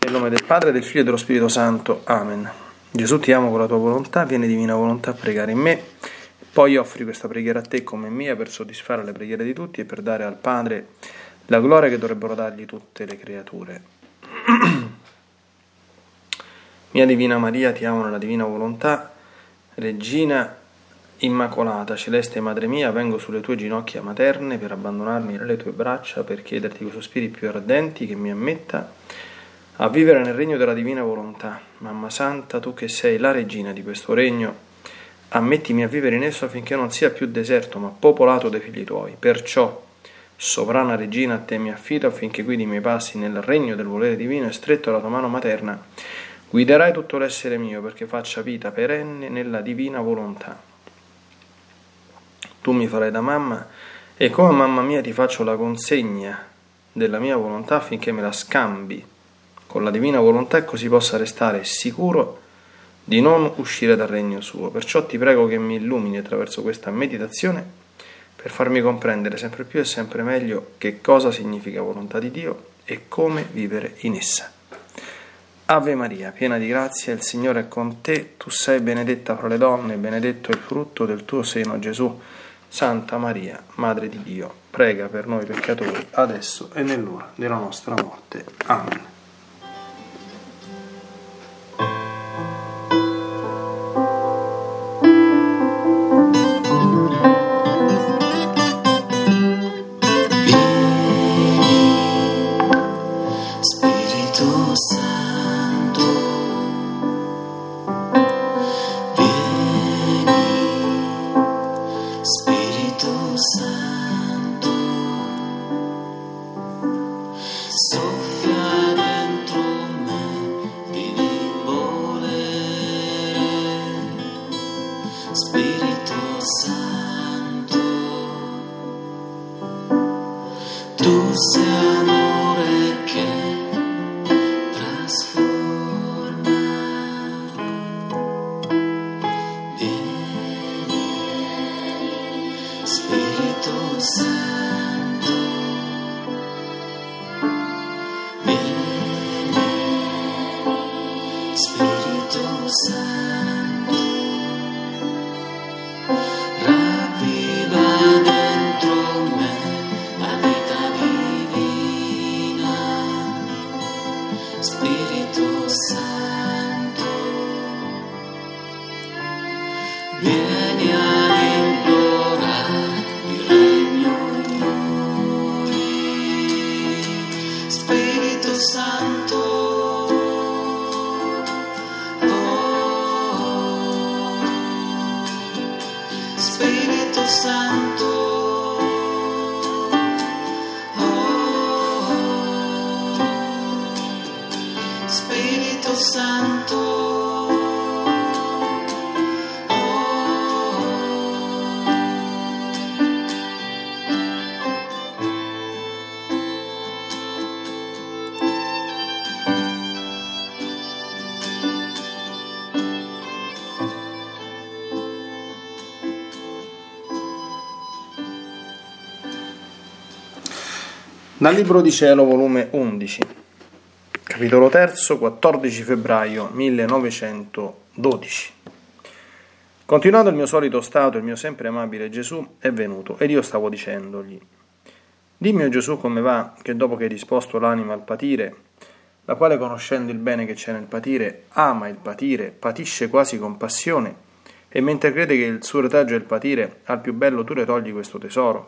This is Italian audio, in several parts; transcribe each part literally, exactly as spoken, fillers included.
Nel nome del Padre, del Figlio e dello Spirito Santo. Amen. Gesù, ti amo con la tua volontà, vieni divina volontà a pregare in me. Poi offri questa preghiera a te come mia per soddisfare le preghiere di tutti e per dare al Padre la gloria che dovrebbero dargli tutte le creature. Mia Divina Maria, ti amo nella divina volontà, Regina Immacolata, celeste Madre mia, vengo sulle tue ginocchia materne per abbandonarmi nelle tue braccia, per chiederti con sospiri più ardenti che mi ammetta a vivere nel regno della divina volontà. Mamma Santa, tu che sei la regina di questo regno, ammettimi a vivere in esso affinché non sia più deserto, ma popolato dai figli tuoi. Perciò, sovrana regina, a te mi affido affinché guidi i miei passi nel regno del volere divino e stretto alla tua mano materna guiderai tutto l'essere mio perché faccia vita perenne nella divina volontà. Tu mi farai da mamma e come mamma mia ti faccio la consegna della mia volontà affinché me la scambi con la divina volontà e così possa restare sicuro di non uscire dal regno suo. Perciò ti prego che mi illumini attraverso questa meditazione per farmi comprendere sempre più e sempre meglio che cosa significa volontà di Dio e come vivere in essa. Ave Maria, piena di grazia, il Signore è con te, tu sei benedetta fra le donne, benedetto è il frutto del tuo seno, Gesù. Santa Maria, Madre di Dio, prega per noi peccatori, adesso e nell'ora della nostra morte. Amen. Dal Libro di Cielo, volume undici, capitolo terzo, quattordici febbraio millenovecentododici. Continuando il mio solito stato, il mio sempre amabile Gesù è venuto, ed io stavo dicendogli: dimmi, o Gesù, come va, che dopo che hai disposto l'anima al patire, la quale, conoscendo il bene che c'è nel patire, ama il patire, patisce quasi con passione, e mentre crede che il suo retaggio è il patire, al più bello tu le togli questo tesoro?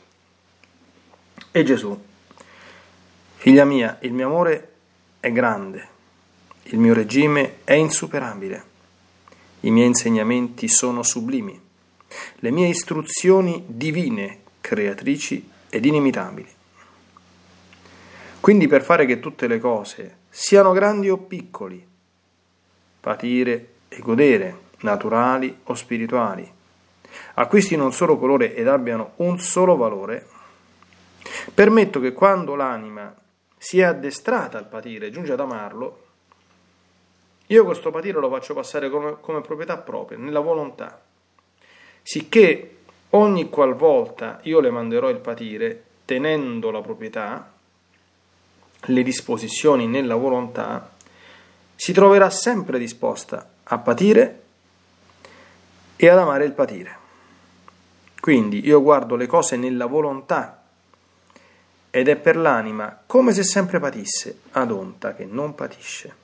E Gesù: figlia mia, il mio amore è grande, il mio regime è insuperabile, i miei insegnamenti sono sublimi, le mie istruzioni divine, creatrici ed inimitabili. Quindi, per fare che tutte le cose, siano grandi o piccoli, patire e godere, naturali o spirituali, acquistino un solo colore ed abbiano un solo valore, permetto che quando l'anima si è addestrata al patire e giunge ad amarlo, io questo patire lo faccio passare come, come proprietà propria, nella volontà, sicché ogni qualvolta io le manderò il patire, tenendo la proprietà, le disposizioni nella volontà, si troverà sempre disposta a patire e ad amare il patire. Quindi io guardo le cose nella volontà ed è per l'anima come se sempre patisse, ad onta che non patisce.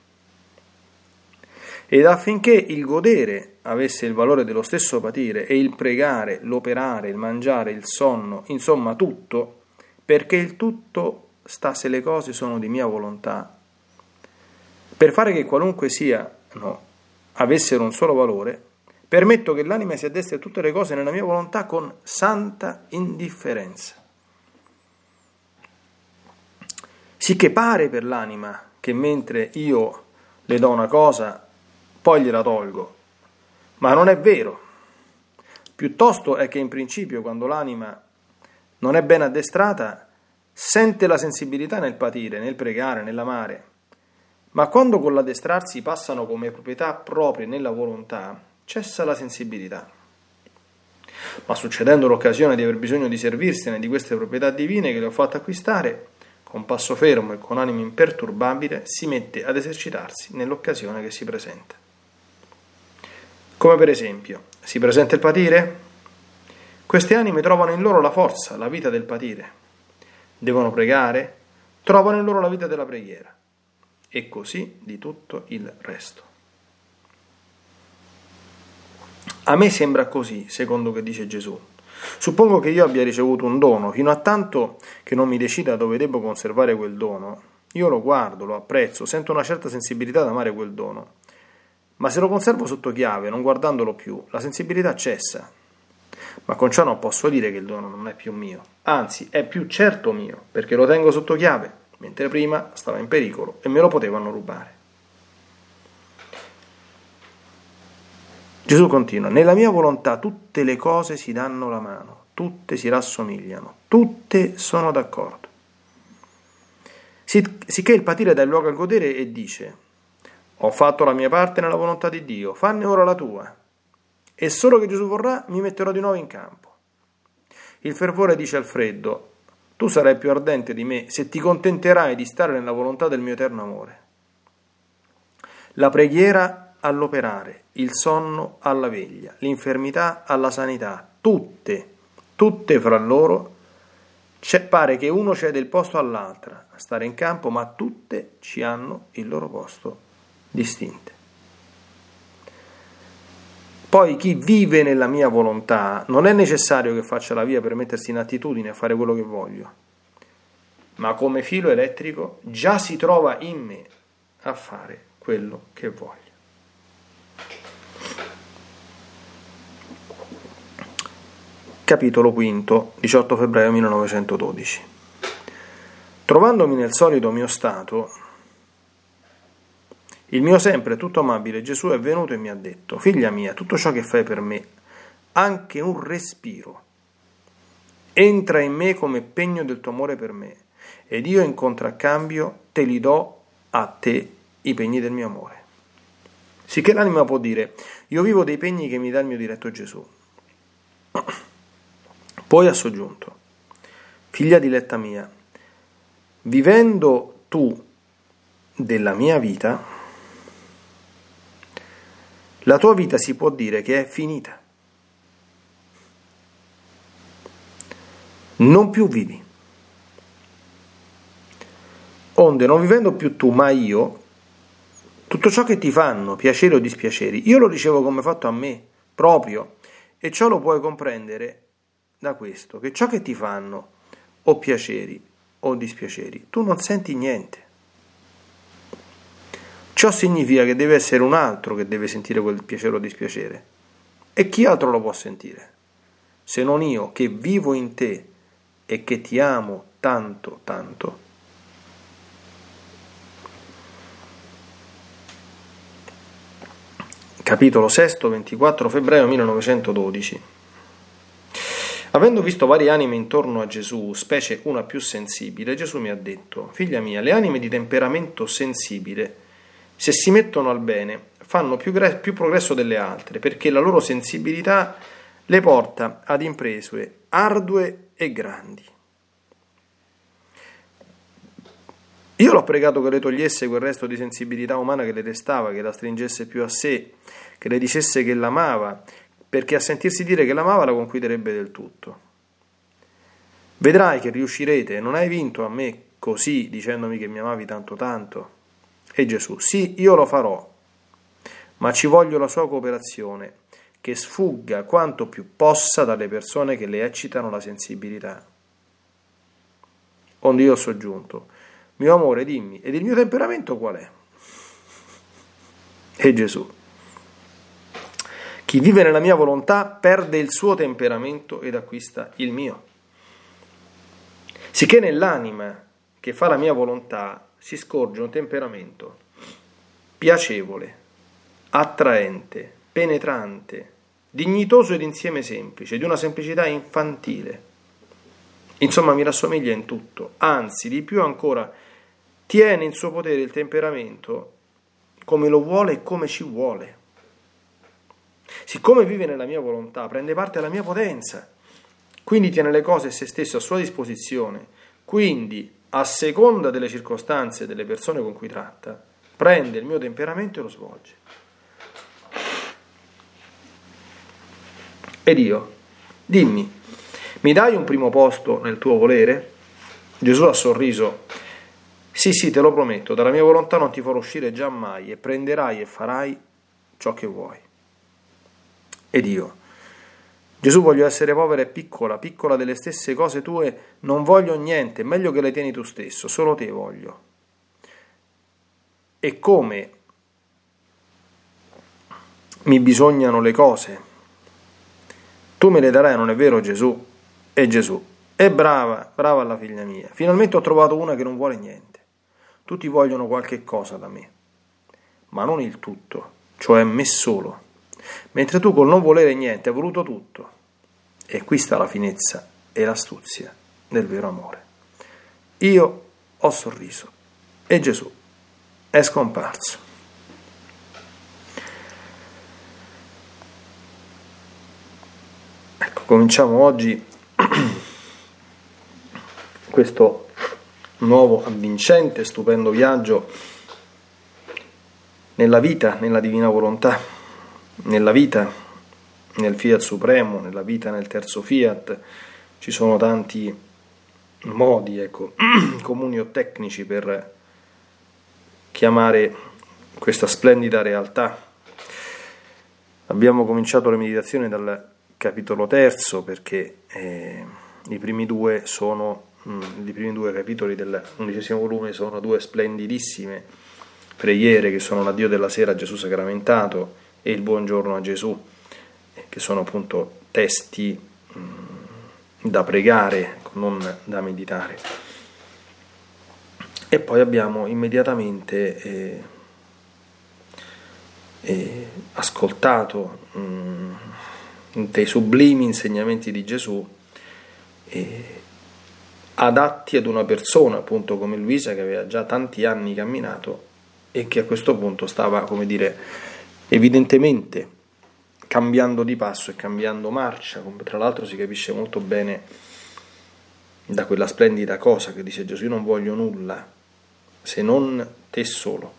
Ed affinché il godere avesse il valore dello stesso patire e il pregare, l'operare, il mangiare, il sonno, insomma tutto, perché il tutto sta se le cose sono di mia volontà, per fare che qualunque siano avessero un solo valore, permetto che l'anima si addestri a tutte le cose nella mia volontà con santa indifferenza. Sicché pare per l'anima che mentre io le do una cosa, poi gliela tolgo, ma non è vero. Piuttosto è che in principio, quando l'anima non è ben addestrata, sente la sensibilità nel patire, nel pregare, nell'amare, ma quando con l'addestrarsi passano come proprietà proprie nella volontà, cessa la sensibilità. Ma succedendo l'occasione di aver bisogno di servirsene di queste proprietà divine che le ho fatte acquistare, con passo fermo e con animo imperturbabile si mette ad esercitarsi nell'occasione che si presenta. Come per esempio, si presenta il patire? Queste anime trovano in loro la forza, la vita del patire. Devono pregare? Trovano in loro la vita della preghiera. E così di tutto il resto. A me sembra così, secondo che dice Gesù. Suppongo che io abbia ricevuto un dono, fino a tanto che non mi decida dove devo conservare quel dono. Io lo guardo, lo apprezzo, sento una certa sensibilità ad amare quel dono. Ma se lo conservo sotto chiave, non guardandolo più, la sensibilità cessa. Ma con ciò non posso dire che il dono non è più mio. Anzi, è più certo mio, perché lo tengo sotto chiave, mentre prima stava in pericolo e me lo potevano rubare. Gesù continua: nella mia volontà tutte le cose si danno la mano, tutte si rassomigliano, tutte sono d'accordo. Sicché il patire dà il luogo al godere e dice: ho fatto la mia parte nella volontà di Dio, fanne ora la tua. E solo che Gesù vorrà mi metterò di nuovo in campo. Il fervore dice al freddo: tu sarai più ardente di me se ti contenterai di stare nella volontà del mio eterno amore. La preghiera all'operare, il sonno alla veglia, l'infermità alla sanità, tutte, tutte fra loro, c'è, pare che uno cede il posto all'altra a stare in campo, ma tutte ci hanno il loro posto distinte. Poi chi vive nella mia volontà non è necessario che faccia la via per mettersi in attitudine a fare quello che voglio, ma come filo elettrico già si trova in me a fare quello che voglio. Capitolo quinto, diciotto febbraio millenovecentododici. Trovandomi nel solito mio stato, il mio sempre tutto amabile Gesù è venuto e mi ha detto: figlia mia, tutto ciò che fai per me, anche un respiro, entra in me come pegno del tuo amore per me, ed io in contraccambio te li do a te i pegni del mio amore. Sicché l'anima può dire: io vivo dei pegni che mi dà il mio diletto Gesù. Poi ha soggiunto: figlia diletta mia, vivendo tu della mia vita, la tua vita si può dire che è finita. Non più vivi. Onde, non vivendo più tu, ma io, tutto ciò che ti fanno piacere o dispiaceri, io lo ricevo come fatto a me, proprio, e ciò lo puoi comprendere da questo, che ciò che ti fanno o piaceri o dispiaceri, tu non senti niente. Ciò significa che deve essere un altro che deve sentire quel piacere o dispiacere. E chi altro lo può sentire? Se non io, che vivo in te e che ti amo tanto, tanto. Capitolo sesto, ventiquattro febbraio millenovecentododici. Avendo visto varie anime intorno a Gesù, specie una più sensibile, Gesù mi ha detto: figlia mia, le anime di temperamento sensibile, se si mettono al bene, fanno più, gre- più progresso delle altre, perché la loro sensibilità le porta ad imprese ardue e grandi. Io l'ho pregato che le togliesse quel resto di sensibilità umana che le restava, che la stringesse più a sé, che le dicesse che l'amava, perché a sentirsi dire che l'amava la conquisterebbe del tutto. Vedrai che riuscirete, non hai vinto a me così dicendomi che mi amavi tanto tanto. E Gesù: sì, io lo farò, ma ci voglio la sua cooperazione, che sfugga quanto più possa dalle persone che le eccitano la sensibilità. Onde io ho soggiunto: mio amore, dimmi, ed il mio temperamento qual è? E Gesù: chi vive nella mia volontà perde il suo temperamento ed acquista il mio. Sicché nell'anima che fa la mia volontà si scorge un temperamento piacevole, attraente, penetrante, dignitoso ed insieme semplice, di una semplicità infantile. Insomma, mi rassomiglia in tutto, anzi, di più ancora, tiene in suo potere il temperamento come lo vuole e come ci vuole. Siccome vive nella mia volontà, prende parte alla mia potenza, quindi tiene le cose e se stesso a sua disposizione, quindi, a seconda delle circostanze e delle persone con cui tratta, prende il mio temperamento e lo svolge. Ed io, dimmi, mi dai un primo posto nel tuo volere? Gesù ha sorriso: sì, sì, te lo prometto, dalla mia volontà non ti farò uscire giammai e prenderai e farai ciò che vuoi. Ed io, Gesù, voglio essere povera e piccola, piccola delle stesse cose tue, non voglio niente, meglio che le tieni tu stesso, solo te voglio. E come mi bisognano le cose, tu me le darai, non è vero Gesù? E Gesù: è brava, brava la figlia mia, finalmente ho trovato una che non vuole niente. Tutti vogliono qualche cosa da me, ma non il tutto, cioè me solo. Mentre tu col non volere niente hai voluto tutto. E qui sta la finezza e l'astuzia del vero amore. Io ho sorriso e Gesù è scomparso. Ecco, cominciamo oggi questo nuovo, avvincente, stupendo viaggio nella vita, nella divina volontà, nella vita, nel Fiat Supremo, nella vita nel terzo Fiat. Ci sono tanti modi, ecco, comuni o tecnici per chiamare questa splendida realtà. Abbiamo cominciato le meditazioni dal capitolo terzo perché eh, i primi due sono mh, i primi due capitoli dell'undicesimo volume sono due splendidissime preghiere che sono l'addio della sera a Gesù sacramentato e il buongiorno a Gesù, che sono appunto testi mh, da pregare, non da meditare. E poi abbiamo immediatamente eh, eh, ascoltato mh, dei sublimi insegnamenti di Gesù eh, adatti ad una persona appunto come Luisa, che aveva già tanti anni camminato e che a questo punto stava, come dire, evidentemente cambiando di passo e cambiando marcia. Tra l'altro si capisce molto bene da quella splendida cosa che dice Gesù: io non voglio nulla se non te solo.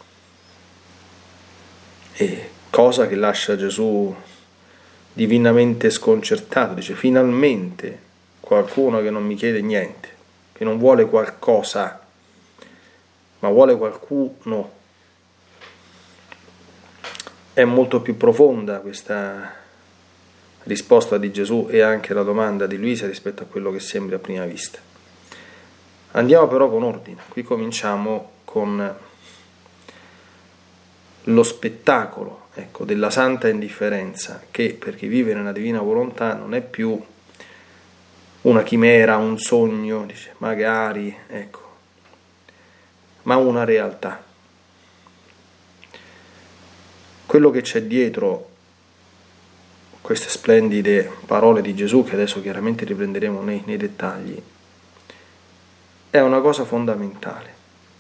E cosa che lascia Gesù divinamente sconcertato, dice: finalmente qualcuno che non mi chiede niente, che non vuole qualcosa, ma vuole qualcuno. È molto più profonda questa risposta di Gesù e anche la domanda di Luisa rispetto a quello che sembra a prima vista. Andiamo però con ordine. Qui cominciamo con lo spettacolo, ecco, della santa indifferenza, che per chi vive nella divina volontà non è più una chimera, un sogno, dice magari, ecco, ma una realtà. Quello che c'è dietro queste splendide parole di Gesù, che adesso chiaramente riprenderemo nei, nei dettagli, è una cosa fondamentale,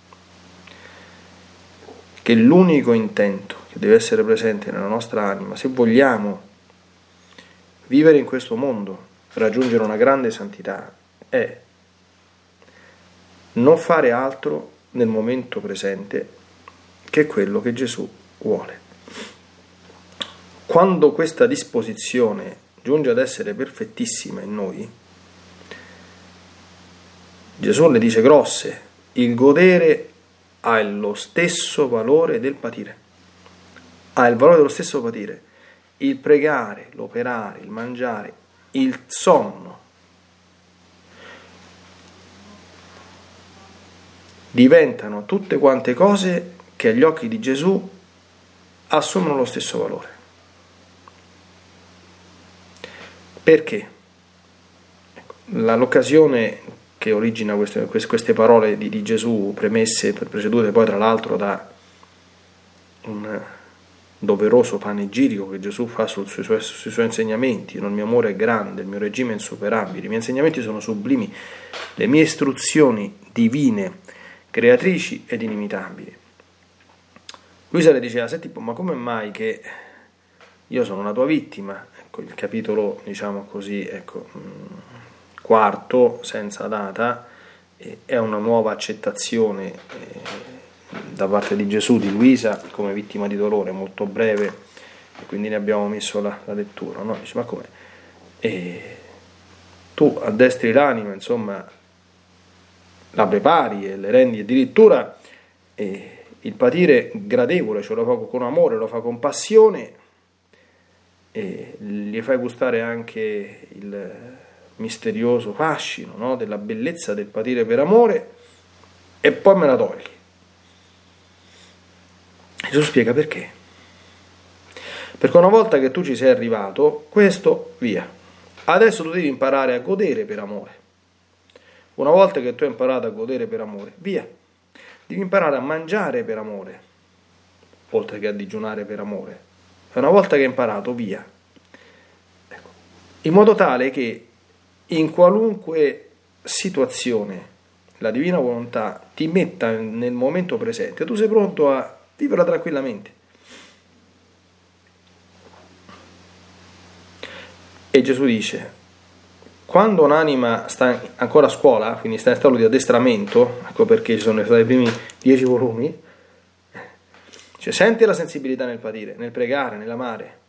che l'unico intento che deve essere presente nella nostra anima, se vogliamo vivere in questo mondo, raggiungere una grande santità, è non fare altro nel momento presente, che è quello che Gesù vuole. Quando questa disposizione giunge ad essere perfettissima in noi, Gesù le dice grosse: il godere ha lo stesso valore del patire, ha il valore dello stesso patire. Il pregare, l'operare, il mangiare, il sonno diventano tutte quante cose che agli occhi di Gesù assumono lo stesso valore. Perché? Ecco, la, l'occasione che origina queste, queste parole di, di Gesù, premesse, precedute poi tra l'altro da un doveroso panegirico che Gesù fa sul, sui, suoi, sui suoi insegnamenti: il mio amore è grande, il mio regime è insuperabile, i miei insegnamenti sono sublimi, le mie istruzioni divine, creatrici ed inimitabili. Luisa le diceva: senti, ma come mai che io sono una tua vittima? Ecco, il capitolo, diciamo così, ecco, quarto, senza data, eh, è una nuova accettazione eh, da parte di Gesù di Luisa come vittima di dolore, molto breve, e quindi ne abbiamo messo la, la lettura, no? Dice: ma come? E tu addestri l'anima, insomma, la prepari e le rendi addirittura eh, il patire gradevole, cioè lo fa con amore, lo fa con passione, e gli fai gustare anche il misterioso fascino, no? della bellezza del patire per amore, e poi me la togli. Gesù spiega perché. Perché una volta che tu ci sei arrivato, questo via. Adesso tu devi imparare a godere per amore. Una volta che tu hai imparato a godere per amore, via. Devi imparare a mangiare per amore, oltre che a digiunare per amore. E una volta che hai imparato, via. Ecco. In modo tale che in qualunque situazione la divina volontà ti metta nel momento presente, tu sei pronto a viverla tranquillamente. E Gesù dice: quando un'anima sta ancora a scuola, quindi sta in stato di addestramento, ecco perché ci sono stati i primi dieci volumi, cioè sente la sensibilità nel patire, nel pregare, nell'amare,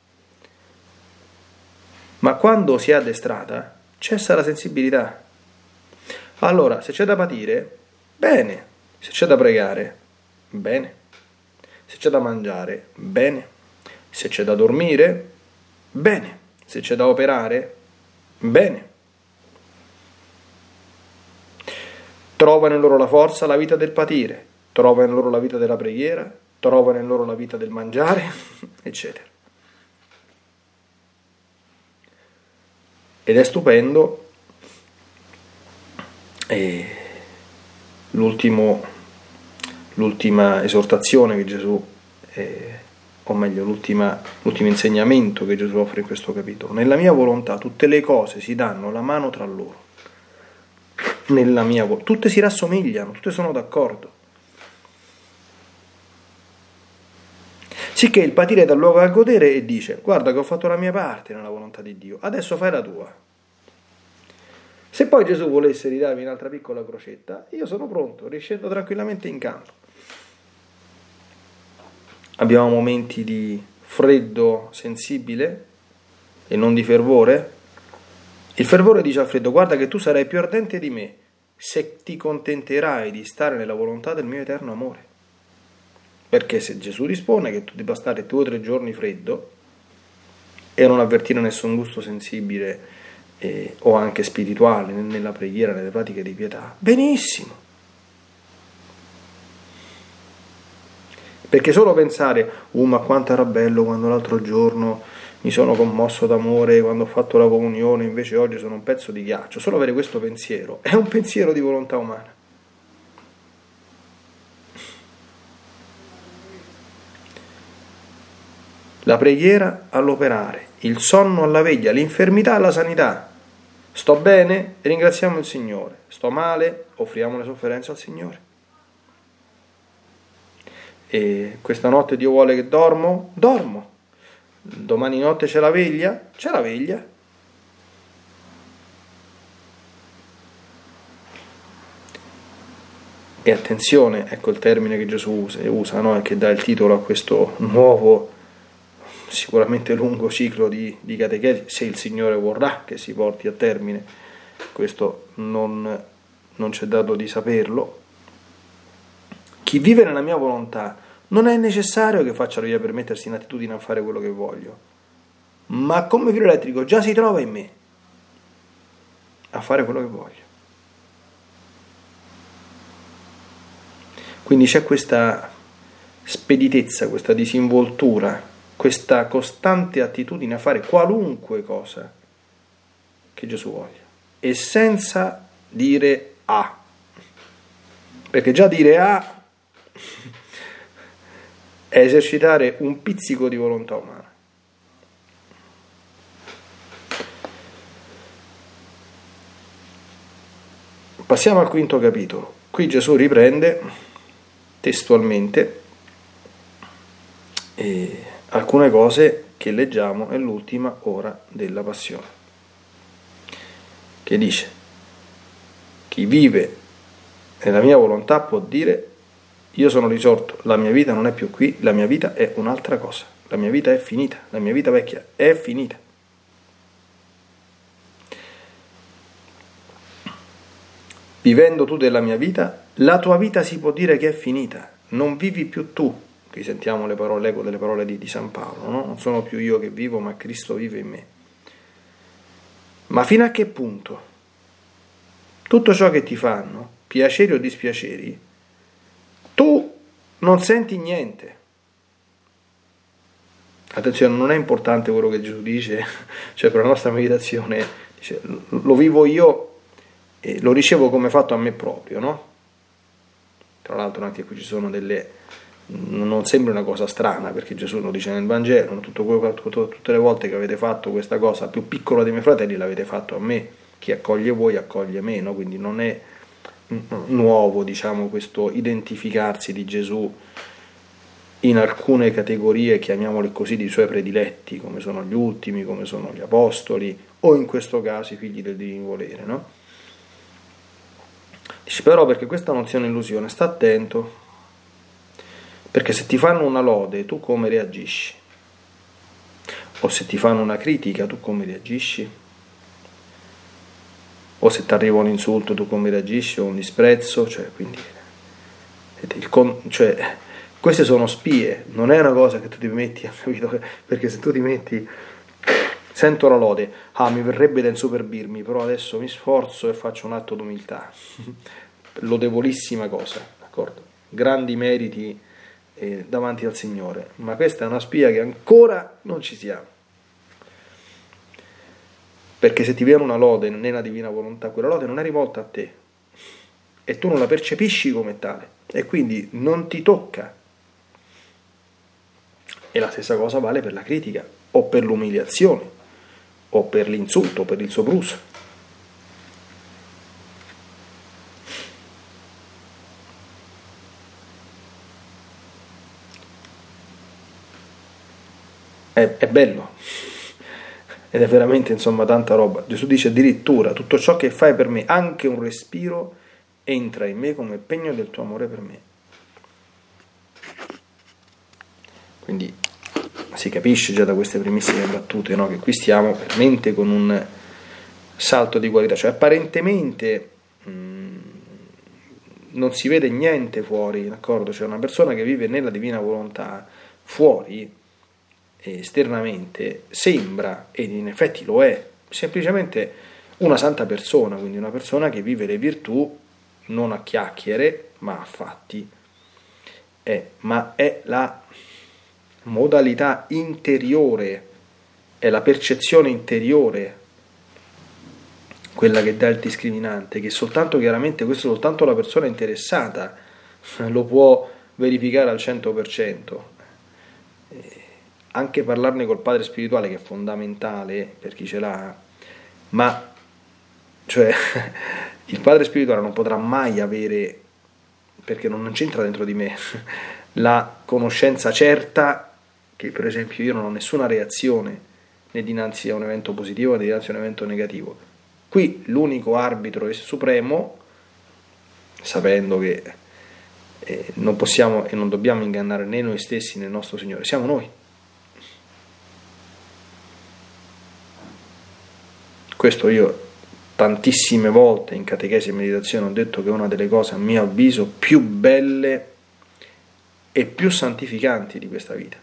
ma quando si è addestrata cessa la sensibilità. Allora, se c'è da patire, bene; se c'è da pregare, bene; se c'è da mangiare, bene; se c'è da dormire, bene; se c'è da operare, bene. Trova in loro la forza, la vita del patire, trova in loro la vita della preghiera, trova in loro la vita del mangiare, eccetera. Ed è stupendo. E l'ultimo, l'ultima esortazione che Gesù, eh, o meglio l'ultima, l'ultimo insegnamento che Gesù offre in questo capitolo: nella mia volontà tutte le cose si danno la mano tra loro. Nella mia volontà tutte si rassomigliano, tutte sono d'accordo. Sicché il patire dà luogo al godere e dice: guarda che ho fatto la mia parte nella volontà di Dio, adesso fai la tua. Se poi Gesù volesse ridarmi un'altra piccola crocetta, io sono pronto, riscendo tranquillamente in campo. Abbiamo momenti di freddo sensibile e non di fervore. Il fervore dice al freddo: guarda che tu sarai più ardente di me se ti contenterai di stare nella volontà del mio eterno amore. Perché se Gesù dispone che tu debba stare due o tre giorni freddo e non avvertire nessun gusto sensibile eh, o anche spirituale nella preghiera, nelle pratiche di pietà, benissimo. Perché solo pensare: uh, ma quanto era bello quando l'altro giorno mi sono commosso d'amore quando ho fatto la comunione, invece oggi sono un pezzo di ghiaccio, solo avere questo pensiero è un pensiero di volontà umana. La preghiera all'operare, il sonno alla veglia, l'infermità alla sanità. Sto bene? Ringraziamo il Signore. Sto male? Offriamo le sofferenze al Signore. E questa notte Dio vuole che dormo? Dormo. Domani notte c'è la veglia? C'è la veglia. E attenzione, ecco il termine che Gesù usa, usa no? E che dà il titolo a questo nuovo, sicuramente lungo ciclo di, di catechesi, se il Signore vorrà che si porti a termine, questo non, non c'è dato di saperlo. Chi vive nella mia volontà non è necessario che faccia via per mettersi in attitudine a fare quello che voglio, ma come filo elettrico già si trova in me a fare quello che voglio. Quindi c'è questa speditezza, questa disinvoltura, questa costante attitudine a fare qualunque cosa che Gesù voglia, e senza dire A, perché già dire A è esercitare un pizzico di volontà umana. Passiamo al quinto capitolo. Qui Gesù riprende testualmente eh, alcune cose che leggiamo nell'ultima ora della passione, che dice: chi vive nella mia volontà può dire: io sono risorto, la mia vita non è più qui, la mia vita è un'altra cosa, la mia vita è finita, la mia vita vecchia è finita. Vivendo tu della mia vita, la tua vita si può dire che è finita, non vivi più tu. Qui sentiamo le parole, l'eco delle parole di, di San Paolo, no? Non sono più io che vivo, ma Cristo vive in me. Ma fino a che punto? Tutto ciò che ti fanno, piaceri o dispiaceri, tu non senti niente. Attenzione, non è importante quello che Gesù dice, cioè per la nostra meditazione, dice, lo vivo io e lo ricevo come fatto a me proprio, no? Tra l'altro anche qui ci sono delle, non sembra una cosa strana, perché Gesù lo dice nel Vangelo, tutto quello, tutte le volte che avete fatto questa cosa più piccola dei miei fratelli l'avete fatto a me, chi accoglie voi accoglie me, no? Quindi non è nuovo, diciamo, questo identificarsi di Gesù in alcune categorie, chiamiamole così, di suoi prediletti, come sono gli ultimi, come sono gli apostoli, o in questo caso i figli del divino volere, no? Dice, però, perché questa non sia un'illusione, sta attento, perché se ti fanno una lode, tu come reagisci? O se ti fanno una critica, tu come reagisci? O se ti arriva un insulto, tu come reagisci? O un disprezzo? Cioè, quindi, il con, cioè, queste sono spie, non è una cosa che tu ti metti, capito? Perché se tu ti metti, sento la lode, ah, mi verrebbe da insuperbirmi, però adesso mi sforzo e faccio un atto d'umiltà. Lodevolissima cosa, d'accordo? Grandi meriti eh, davanti al Signore, ma questa è una spia che ancora non ci siamo. Perché se ti viene una lode nella divina volontà, quella lode non è rivolta a te e tu non la percepisci come tale e quindi non ti tocca. E la stessa cosa vale per la critica o per l'umiliazione o per l'insulto, o per il sopruso. È, è bello ed è veramente, insomma, tanta roba. Gesù dice addirittura: tutto ciò che fai per me, anche un respiro, entra in me come pegno del tuo amore per me. Quindi si capisce già da queste primissime battute, no, che qui stiamo veramente con un salto di qualità, cioè apparentemente mh, non si vede niente fuori, d'accordo? Cioè una persona che vive nella divina volontà fuori, esternamente, sembra, ed in effetti lo è, semplicemente una santa persona, quindi una persona che vive le virtù non a chiacchiere ma a fatti, è, ma è la modalità interiore, è la percezione interiore quella che dà il discriminante, che soltanto, chiaramente, questo soltanto la persona interessata lo può verificare al cento per cento. Anche parlarne col padre spirituale, che è fondamentale per chi ce l'ha, ma cioè il padre spirituale non potrà mai avere, perché non c'entra dentro di me, la conoscenza certa che, per esempio, io non ho nessuna reazione né dinanzi a un evento positivo né dinanzi a un evento negativo. Qui l'unico arbitro e supremo, sapendo che eh, non possiamo e non dobbiamo ingannare né noi stessi né il nostro Signore, siamo noi. Questo io tantissime volte in catechesi e meditazione ho detto che è una delle cose, a mio avviso, più belle e più santificanti di questa vita.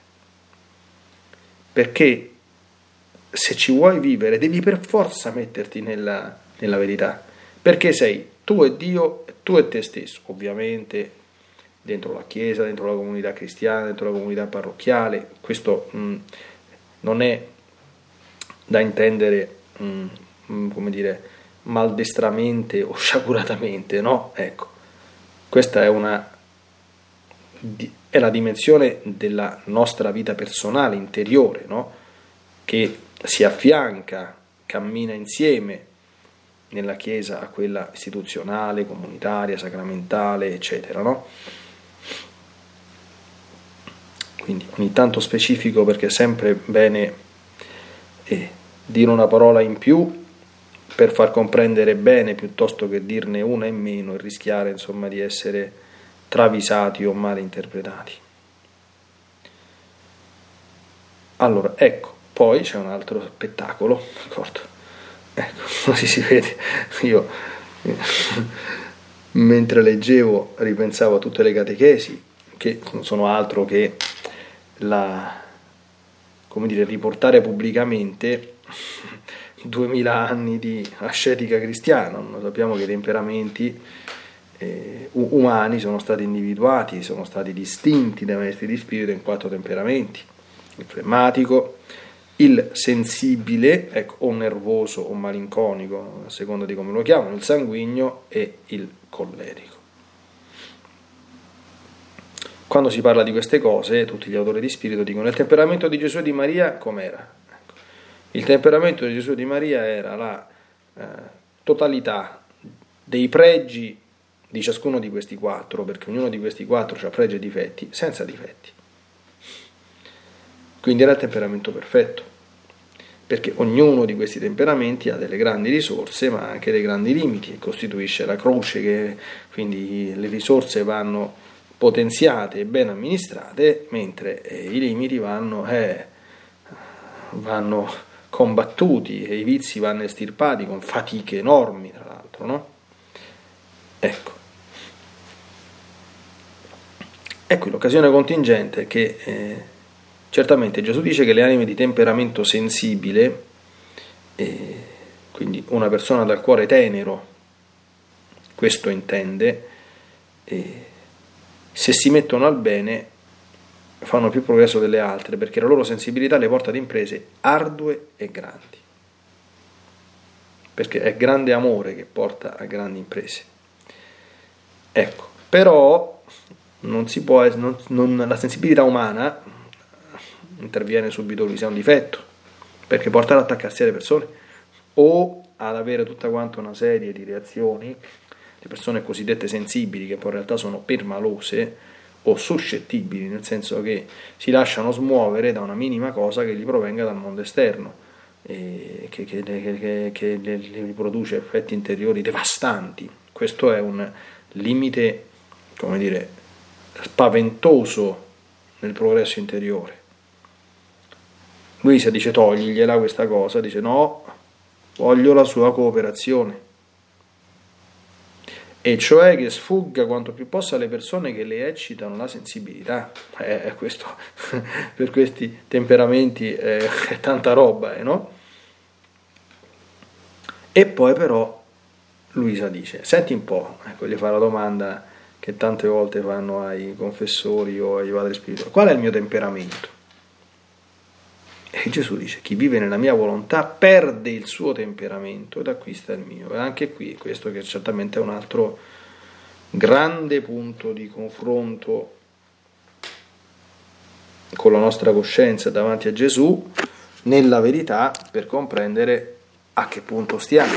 Perché se ci vuoi vivere devi per forza metterti nella, nella verità, perché sei tu e Dio, tu e te stesso, ovviamente dentro la Chiesa, dentro la comunità cristiana, dentro la comunità parrocchiale. Questo mh, non è da intendere mh, mh, come dire maldestramente o sciaguratamente, no? Ecco, questa è una è la dimensione della nostra vita personale, interiore, no? Che si affianca, cammina insieme nella Chiesa a quella istituzionale, comunitaria, sacramentale, eccetera, no? Quindi ogni tanto specifico, perché è sempre bene eh, dire una parola in più per far comprendere bene piuttosto che dirne una in meno e rischiare insomma di essere travisati o male interpretati. Allora, ecco, poi c'è un altro spettacolo, d'accordo? Ecco, così si vede. Io mentre leggevo ripensavo a tutte le catechesi, che non sono altro che la, come dire, riportare pubblicamente duemila anni di ascetica cristiana. Noi sappiamo che i temperamenti eh, umani sono stati individuati, sono stati distinti dai maestri di spirito in quattro temperamenti: il flemmatico, il sensibile, ecco, o nervoso o malinconico, a seconda di come lo chiamano, il sanguigno e il collerico. Quando si parla di queste cose, tutti gli autori di spirito dicono: il temperamento di Gesù e di Maria com'era? Il temperamento di Gesù e di Maria era la eh, totalità dei pregi di ciascuno di questi quattro, perché ognuno di questi quattro ha pregi e difetti, senza difetti. Quindi era il temperamento perfetto, perché ognuno di questi temperamenti ha delle grandi risorse, ma anche dei grandi limiti, e costituisce la croce, che quindi le risorse vanno potenziate e ben amministrate, mentre eh, i limiti vanno, eh, vanno combattuti e i vizi vanno estirpati con fatiche enormi, tra l'altro, no? Ecco. E qui l'occasione contingente è che eh, certamente Gesù dice che le anime di temperamento sensibile, eh, quindi una persona dal cuore tenero, questo intende, eh, se si mettono al bene fanno più progresso delle altre, perché la loro sensibilità le porta ad imprese ardue e grandi, perché è grande amore che porta a grandi imprese. Ecco, però non si può, non, non, la sensibilità umana interviene subito lui, se è un difetto, perché porta ad attaccarsi alle persone o ad avere tutta quanta una serie di reazioni. Le persone cosiddette sensibili, che poi in realtà sono permalose o suscettibili, nel senso che si lasciano smuovere da una minima cosa che gli provenga dal mondo esterno, e che, che, che, che gli produce effetti interiori devastanti. Questo è un limite, come dire, spaventoso nel progresso interiore. Luisa dice: togligliela questa cosa, dice no, voglio la sua cooperazione, e cioè che sfugga quanto più possa alle persone che le eccitano la sensibilità. Eh, questo per questi temperamenti eh, è tanta roba, eh, no? E poi però Luisa dice: senti un po', ecco, gli fa la domanda che tante volte fanno ai confessori o ai padri spirituali: qual è il mio temperamento? E Gesù dice: chi vive nella mia volontà perde il suo temperamento ed acquista il mio. E anche qui, questo che certamente è un altro grande punto di confronto con la nostra coscienza davanti a Gesù, nella verità, per comprendere a che punto stiamo.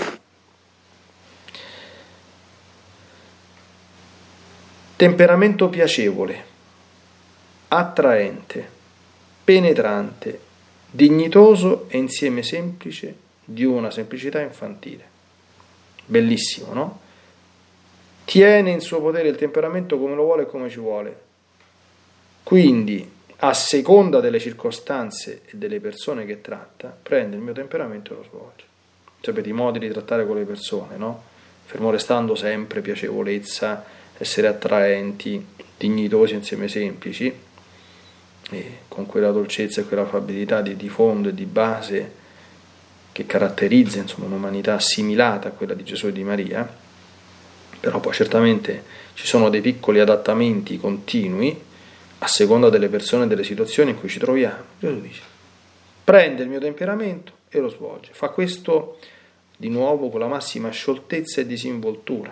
Temperamento piacevole, attraente, penetrante, dignitoso e insieme semplice, di una semplicità infantile. Bellissimo, no? tiene in suo potere il temperamento come lo vuole e come ci vuole. Quindi, a seconda delle circostanze e delle persone che tratta, prende il mio temperamento e lo svolge. Sapete i modi di trattare con le persone, no? Fermo restando sempre piacevolezza, essere attraenti, dignitosi insieme semplici, e con quella dolcezza e quella affabilità di, di fondo e di base che caratterizza insomma un'umanità assimilata a quella di Gesù e di Maria. Però poi certamente ci sono dei piccoli adattamenti continui a seconda delle persone e delle situazioni in cui ci troviamo. Gesù dice: prende il mio temperamento e lo svolge. Fa questo di nuovo con la massima scioltezza e disinvoltura,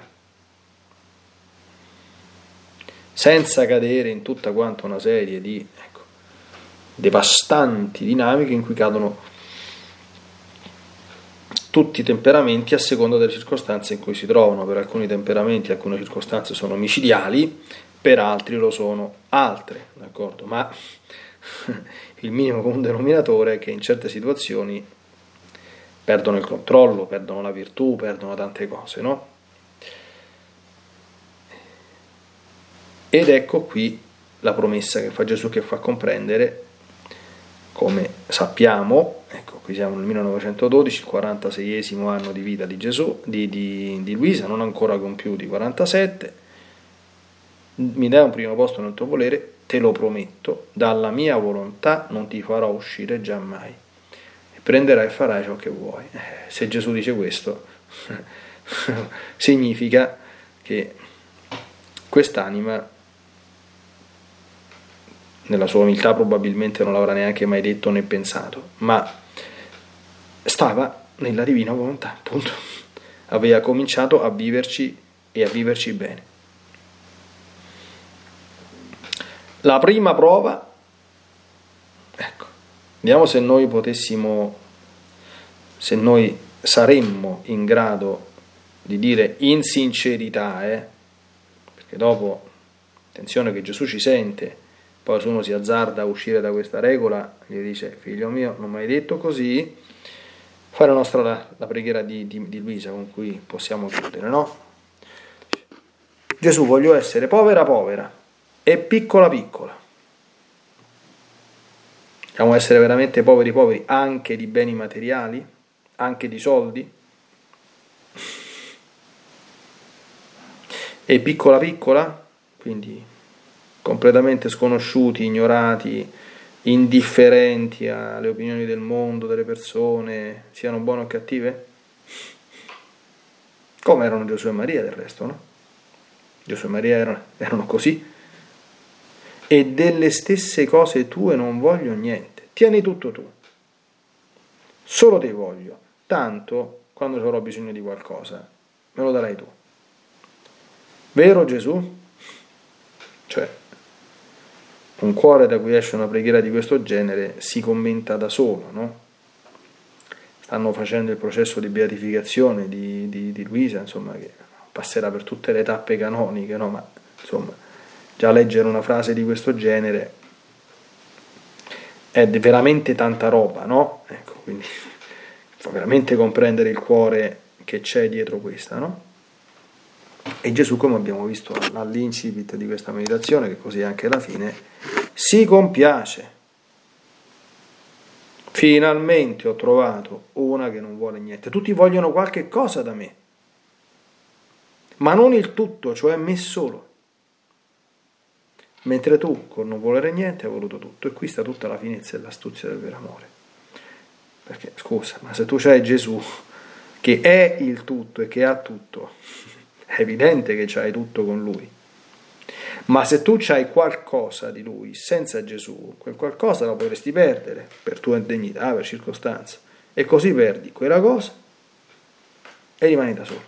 senza cadere in tutta quanta una serie di ecco, devastanti dinamiche in cui cadono tutti i temperamenti a seconda delle circostanze in cui si trovano. Per alcuni temperamenti alcune circostanze sono micidiali, per altri lo sono altre, d'accordo? Ma il minimo comune denominatore è che in certe situazioni perdono il controllo, perdono la virtù, perdono tante cose, no? Ed ecco qui la promessa che fa Gesù, che fa comprendere, come sappiamo, ecco, qui siamo nel millenovecentododici, il quarantaseiesimo anno di vita di Gesù, di, di, di Luisa, non ancora compiuti quarantasette. Mi dai un primo posto nel tuo volere, te lo prometto, dalla mia volontà non ti farò uscire giammai, e prenderai e farai ciò che vuoi. Eh, se Gesù dice questo, significa che quest'anima, nella sua umiltà probabilmente non l'avrà neanche mai detto né pensato, ma stava nella divina volontà, appunto. Aveva cominciato a viverci e a viverci bene. La prima prova, ecco, vediamo se noi potessimo, se noi saremmo in grado di dire in sincerità, eh, perché dopo, attenzione che Gesù ci sente, poi se uno si azzarda a uscire da questa regola, gli dice: figlio mio, non mi hai detto così. Fare la nostra la, la preghiera di, di, di Luisa, con cui possiamo chiudere, no? Gesù, voglio essere povera povera e piccola piccola. Vogliamo essere veramente poveri poveri anche di beni materiali, anche di soldi, e piccola piccola, quindi completamente sconosciuti, ignorati, indifferenti alle opinioni del mondo, delle persone, siano buone o cattive? Come erano Gesù e Maria del resto, no? Gesù e Maria erano, erano così. E delle stesse cose tue non voglio niente, tieni tutto tu, solo te voglio, tanto quando avrò bisogno di qualcosa me lo darai tu. Vero Gesù? Cioè, un cuore da cui esce una preghiera di questo genere si commenta da solo, no? Stanno facendo il processo di beatificazione di, di, di Luisa, insomma, che passerà per tutte le tappe canoniche, no? Ma insomma, già leggere una frase di questo genere è veramente tanta roba, no? Ecco, quindi fa veramente comprendere il cuore che c'è dietro questa, no? E Gesù, come abbiamo visto all'incipit di questa meditazione, che così anche alla fine, si compiace. Finalmente ho trovato una che non vuole niente. Tutti vogliono qualche cosa da me, ma non il tutto, cioè me solo. Mentre tu, con non volere niente, hai voluto tutto. E qui sta tutta la finezza e l'astuzia del vero amore. Perché, scusa, ma se tu c'hai Gesù, che è il tutto e che ha tutto, è evidente che c'hai tutto con Lui. Ma se tu c'hai qualcosa di Lui senza Gesù, quel qualcosa lo potresti perdere per tua indegnità, per circostanza. E così perdi quella cosa e rimani da solo.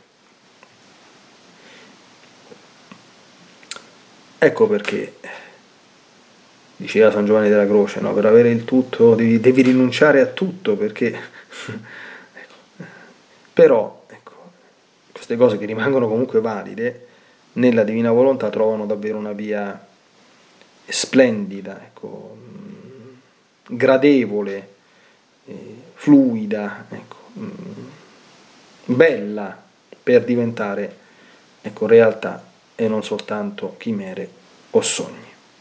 Ecco perché diceva San Giovanni della Croce, no? Per avere il tutto devi, devi rinunciare a tutto, perché ecco. Però ecco, queste cose che rimangono comunque valide nella divina volontà trovano davvero una via splendida, ecco, gradevole, eh, fluida, ecco, bella, per diventare ecco, realtà e non soltanto chimere o sogni.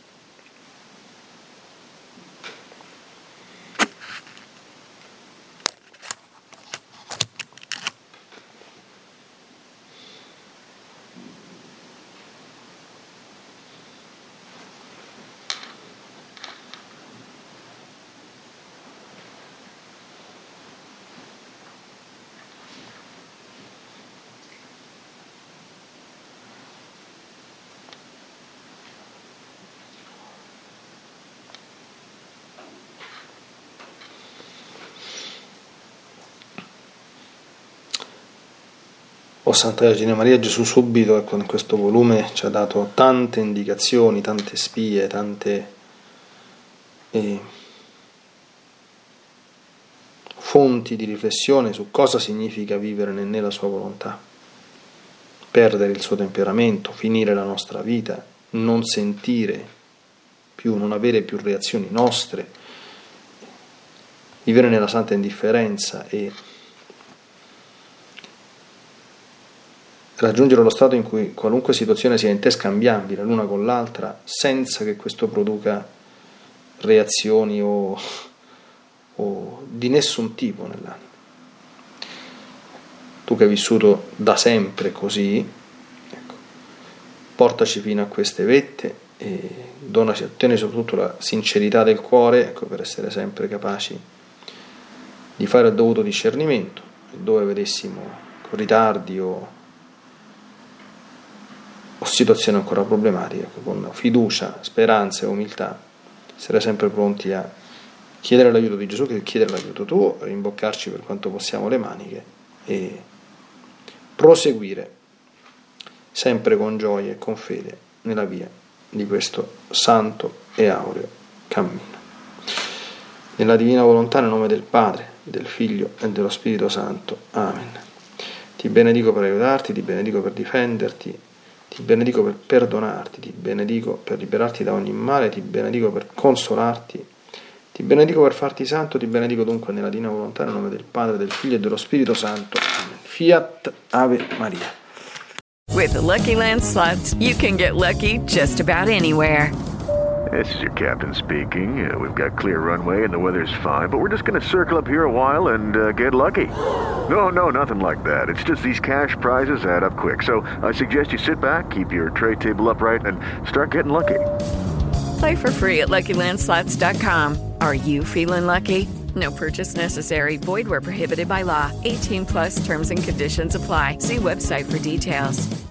O Santa Vergine Maria, Gesù subito, ecco, in questo volume ci ha dato tante indicazioni, tante spie, tante eh, fonti di riflessione su cosa significa vivere nella sua volontà, perdere il suo temperamento, finire la nostra vita, non sentire più, non avere più reazioni nostre, vivere nella santa indifferenza e raggiungere lo stato in cui qualunque situazione sia interscambiabile l'una con l'altra senza che questo produca reazioni o, o di nessun tipo nell'anima. Tu che hai vissuto da sempre così, ecco, portaci fino a queste vette e donaci a te soprattutto la sincerità del cuore, ecco, per essere sempre capaci di fare il dovuto discernimento, dove vedessimo ritardi o o situazioni ancora problematiche, con fiducia, speranza e umiltà, essere sempre pronti a chiedere l'aiuto di Gesù, che chiedere l'aiuto tuo, rimboccarci per quanto possiamo le maniche e proseguire sempre con gioia e con fede nella via di questo santo e aureo cammino. Nella divina volontà, nel nome del Padre, del Figlio e dello Spirito Santo. Amen. Ti benedico per aiutarti, ti benedico per difenderti, ti benedico per perdonarti, ti benedico per liberarti da ogni male, ti benedico per consolarti, ti benedico per farti santo, ti benedico dunque nella divina volontà, nel nome del Padre, del Figlio e dello Spirito Santo. Amen. Fiat Ave Maria. With the Lucky Land Slots, you can get lucky just about anywhere. This is your captain speaking. Uh, we've got clear runway and the weather's fine, but we're just going to circle up here a while and uh, get lucky. No, no, nothing like that. It's just these cash prizes add up quick. So I suggest you sit back, keep your tray table upright, and start getting lucky. Play for free at Lucky Land Slots dot com. Are you feeling lucky? No purchase necessary. Void where prohibited by law. eighteen plus terms and conditions apply. See website for details.